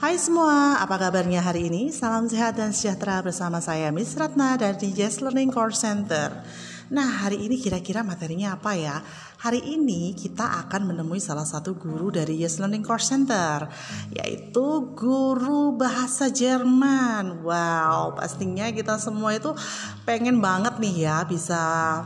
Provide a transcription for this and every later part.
Hai semua, apa kabarnya hari ini? Salam sehat dan sejahtera bersama saya Miss Ratna dari Yes Learning Course Center. Nah, hari ini kira-kira materinya apa ya? Hari ini kita akan menemui salah satu guru dari Yes Learning Course Center, yaitu guru bahasa Jerman. Wow, pastinya kita semua itu pengen banget nih ya bisa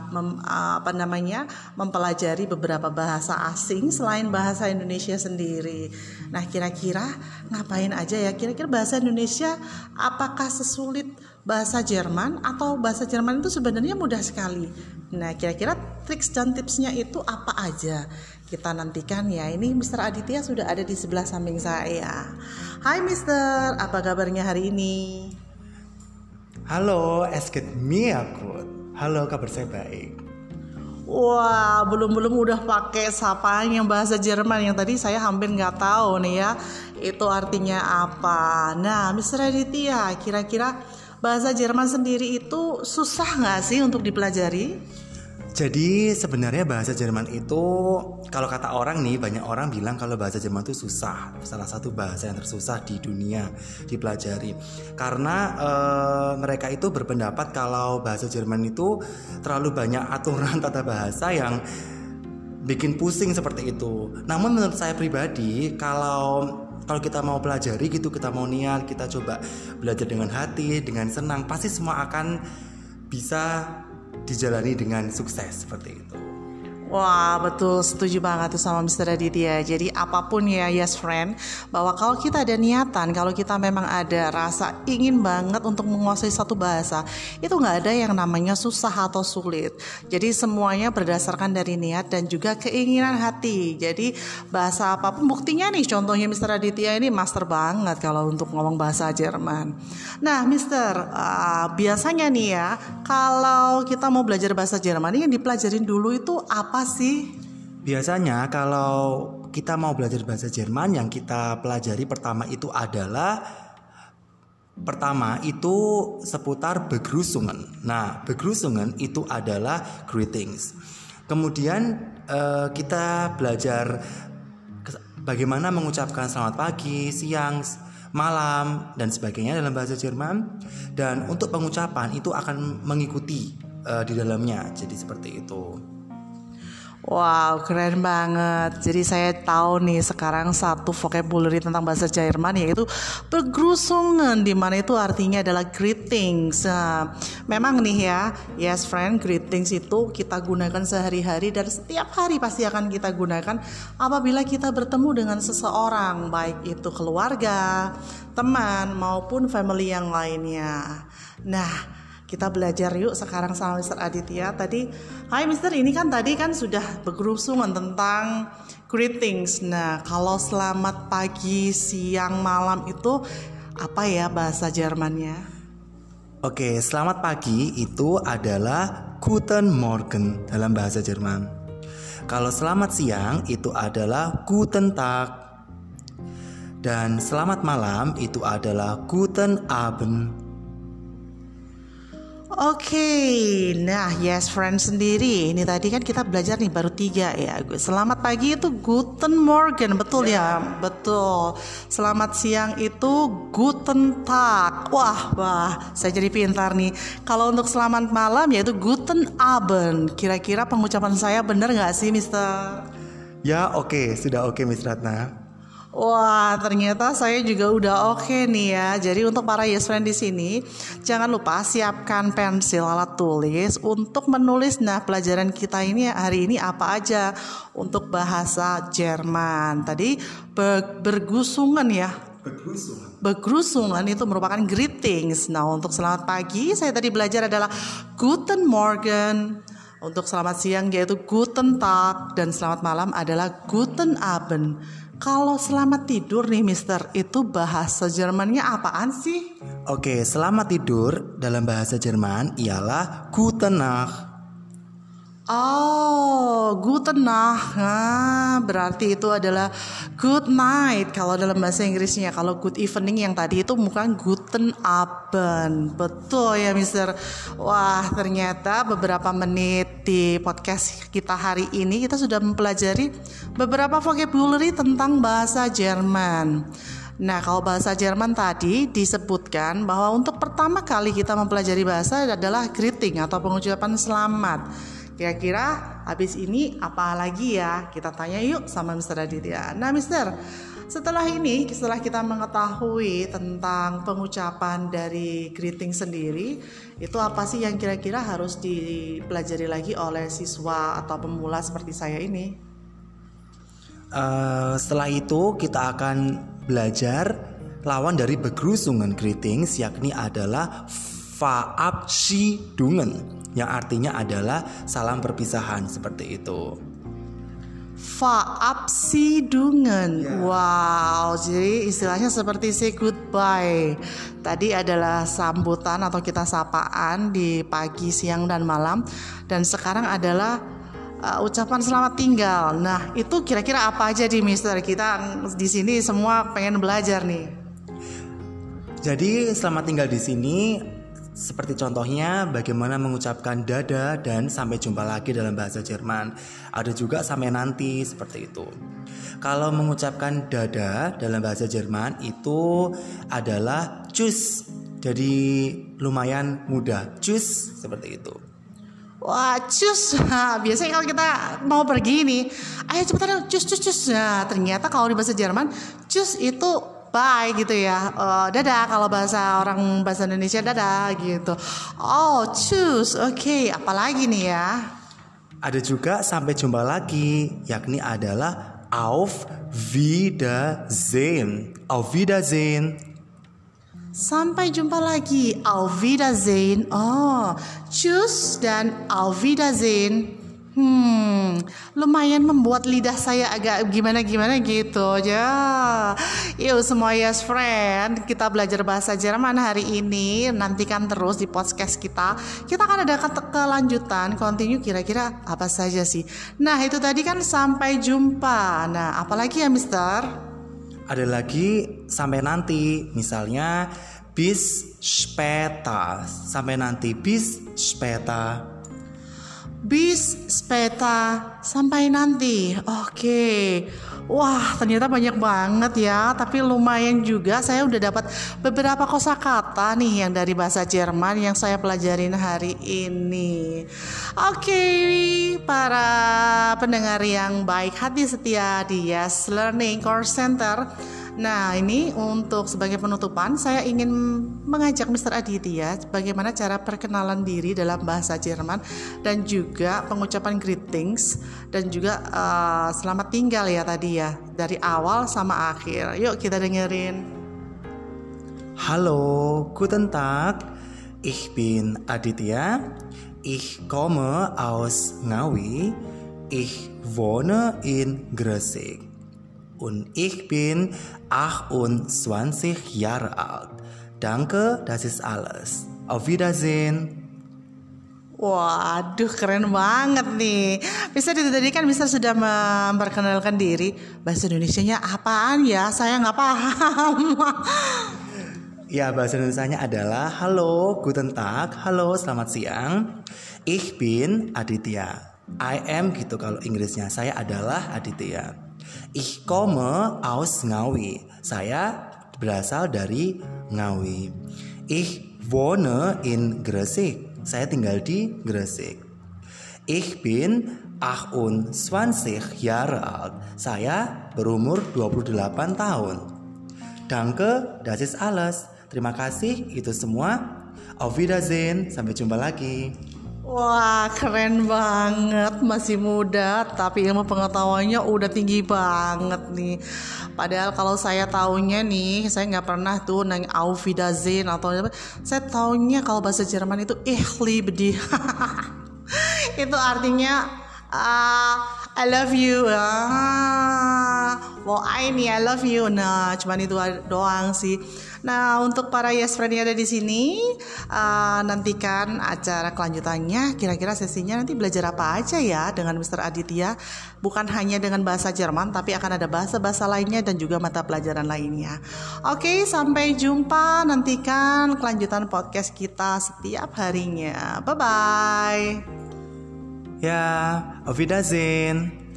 mempelajari beberapa bahasa asing selain bahasa Indonesia sendiri. Nah, kira-kira ngapain aja ya? Kira-kira bahasa Indonesia apakah sesulit bahasa Jerman atau bahasa Jerman itu sebenarnya mudah sekali? Nah, kira-kira triks dan tipsnya itu apa aja? Kita nantikan ya. Ini Mr. Aditya sudah ada di sebelah samping saya. Hai Mister, apa kabarnya hari ini? Halo, es geht mir gut. Halo, kabar saya baik. Wah, belum udah pakai sapaan yang bahasa Jerman yang tadi saya hampir nggak tahu nih ya. Itu artinya apa? Nah, Mr. Aditya, kira-kira bahasa Jerman sendiri itu susah nggak sih untuk dipelajari? Jadi sebenarnya bahasa Jerman itu, kalau kata orang nih, banyak orang bilang kalau bahasa Jerman itu susah. Salah satu bahasa yang tersusah di dunia dipelajari. Karena mereka itu berpendapat kalau bahasa Jerman itu terlalu banyak aturan tata bahasa yang bikin pusing seperti itu. Namun menurut saya pribadi, kalau kita mau pelajari gitu, kita mau niat, kita coba belajar dengan hati, dengan senang, pasti semua akan bisa dijalani dengan sukses seperti itu. Wah, betul, setuju banget tuh sama Mr. Aditya. Jadi apapun ya yes friend, bahwa kalau kita ada niatan, kalau kita memang ada rasa ingin banget untuk menguasai satu bahasa, itu gak ada yang namanya susah atau sulit. Jadi semuanya berdasarkan dari niat dan juga keinginan hati. Jadi bahasa apapun, buktinya nih contohnya Mr. Aditya ini master banget kalau untuk ngomong bahasa Jerman. Nah Mr. Biasanya nih ya, kalau kita mau belajar bahasa Jerman, yang dipelajarin dulu itu apa sih? Biasanya kalau kita mau belajar bahasa Jerman, yang kita pelajari pertama itu seputar Begrüßungen. Nah, Begrüßungen itu adalah greetings. Kemudian kita belajar bagaimana mengucapkan selamat pagi, siang, malam dan sebagainya dalam bahasa Jerman. Dan untuk pengucapan itu akan mengikuti di dalamnya. Jadi seperti itu. Wow, keren banget. Jadi saya tahu nih sekarang satu vocabulary tentang bahasa Jerman, yaitu Begrüßungen, di mana itu artinya adalah greetings. Nah, memang nih ya, yes friend, greetings itu kita gunakan sehari-hari dan setiap hari pasti akan kita gunakan apabila kita bertemu dengan seseorang, baik itu keluarga, teman maupun family yang lainnya. Nah, kita belajar yuk sekarang sama Mr. Aditya. Hai Mister, ini kan tadi kan sudah Begrüßungen tentang greetings. Nah, kalau selamat pagi, siang, malam itu apa ya bahasa Jermannya? Oke, selamat pagi itu adalah Guten Morgen dalam bahasa Jerman. Kalau selamat siang itu adalah Guten Tag. Dan selamat malam itu adalah Guten Abend. Oke, nah yes friend sendiri, ini tadi kan kita belajar nih baru 3 ya. Selamat pagi itu Guten Morgen, betul ya? Betul. Selamat siang itu Guten Tag. Wah, saya jadi pintar nih. Kalau untuk selamat malam yaitu Guten Abend. Kira-kira pengucapan saya benar gak sih Mister? Ya oke, sudah oke Miss Ratna. Wah, ternyata saya juga udah oke nih ya. Jadi untuk para yes friend di sini, jangan lupa siapkan pensil, alat tulis untuk menulis. Nah, pelajaran kita ini hari ini apa aja untuk bahasa Jerman. Tadi Begrüßungen ya. Begrüßungen itu merupakan greetings. Nah, untuk selamat pagi saya tadi belajar adalah Guten Morgen. Untuk selamat siang yaitu Guten Tag, dan selamat malam adalah Guten Abend. Kalau selamat tidur nih Mister, itu bahasa Jermannya apaan sih? Oke, selamat tidur dalam bahasa Jerman ialah Gute Nacht. Oh, Guten Nacht. Nah, berarti itu adalah good night kalau dalam bahasa Inggrisnya. Kalau good evening yang tadi itu bukan Guten Abend. Betul ya Mister. Wah, ternyata beberapa menit di podcast kita hari ini kita sudah mempelajari beberapa vocabulary tentang bahasa Jerman. Nah, kalau bahasa Jerman tadi disebutkan bahwa untuk pertama kali kita mempelajari bahasa adalah greeting atau pengucapan selamat. Kira-kira habis ini apa lagi ya? Kita tanya yuk sama Mr. Aditya. Nah, Mr., setelah kita mengetahui tentang pengucapan dari greeting sendiri, itu apa sih yang kira-kira harus dipelajari lagi oleh siswa atau pemula seperti saya ini? Setelah itu kita akan belajar lawan dari begrüßungen greetings, yakni adalah Verabschiedungen, yang artinya adalah salam perpisahan seperti itu. Verabschiedungen. Wow, jadi istilahnya seperti say goodbye. Tadi adalah sambutan atau kita sapaan di pagi, siang, dan malam. Dan sekarang adalah ucapan selamat tinggal. Nah, itu kira-kira apa aja di Mister? Kita di sini semua pengen belajar nih. Jadi selamat tinggal di sini seperti contohnya bagaimana mengucapkan dada dan sampai jumpa lagi dalam bahasa Jerman. Ada juga sampai nanti seperti itu. Kalau mengucapkan dada dalam bahasa Jerman itu adalah tschüss. Jadi lumayan mudah. Tschüss seperti itu. Wah, cus. Biasanya kalau kita mau pergi nih, ayo cepetan cus. Nah, ternyata kalau di bahasa Jerman, cus itu bye gitu ya. Dadah kalau bahasa Indonesia dadah gitu. Oh, cus. Oke, apalagi nih ya? Ada juga sampai jumpa lagi, yakni adalah auf Wiedersehen. Auf Wiedersehen. Sampai jumpa lagi, Auf Wiedersehen. Oh, tschüss dan Auf Wiedersehen. Lumayan membuat lidah saya agak gimana gitu ya. Yuk semua yes friend, kita belajar bahasa Jerman hari ini. Nantikan terus di podcast kita. Kita akan ada kelanjutan, continue kira-kira apa saja sih. Nah, itu tadi kan sampai jumpa. Nah, apalagi ya Mister? Ada lagi sampai nanti, misalnya bis später, sampai nanti bis später. Bis später, sampai nanti. Oke. Wah, ternyata banyak banget ya, tapi lumayan juga saya udah dapat beberapa kosakata nih yang dari bahasa Jerman yang saya pelajarin hari ini. Oke, para pendengar yang baik hati setia di Yes Learning Course Center. Nah, ini untuk sebagai penutupan saya ingin mengajak Mr. Aditya bagaimana cara perkenalan diri dalam bahasa Jerman dan juga pengucapan greetings dan juga selamat tinggal ya tadi ya, dari awal sama akhir. Yuk kita dengerin. Halo, guten Tag. Ich bin Aditya. Ich komme aus Ngawi. Ich wohne in Gresik. Und ich bin 28 Jahre alt. Danke, das ist alles. Auf Wiedersehen. Waduh, keren banget nih. Bisa tadi kan Mister sudah memperkenalkan diri. Bahasa Indonesianya apaan ya? Saya nggak paham. Ya, bahasa Indonesianya adalah halo, guten Tag, halo, selamat siang. Ich bin Aditya. I am gitu kalau Inggrisnya. Saya adalah Aditya. Ich komme aus Ngawi. Saya berasal dari Ngawi. Ich wohne in Gresik. Saya tinggal di Gresik. Ich bin 28 Jahre alt. Saya berumur 28 tahun. Danke, das ist alles. Terima kasih, itu semua. Auf Wiedersehen, sampai jumpa lagi. Wah, keren banget, masih muda tapi ilmu pengetahuannya udah tinggi banget nih. Padahal kalau saya taunya nih, saya nggak pernah tuh nanya Auf Wiedersehen atau apa. Saya taunya kalau bahasa Jerman itu Ich liebe dich. Itu artinya I love you. I love you. Nah, cuman itu doang sih. Nah, untuk para yes friend yang ada di sini, nantikan acara kelanjutannya. Kira-kira sesinya nanti belajar apa aja ya dengan Mr. Aditya. Bukan hanya dengan bahasa Jerman, tapi akan ada bahasa-bahasa lainnya dan juga mata pelajaran lainnya. Oke, sampai jumpa. Nantikan kelanjutan podcast kita setiap harinya. Bye-bye. Ya, auf Wiedersehen.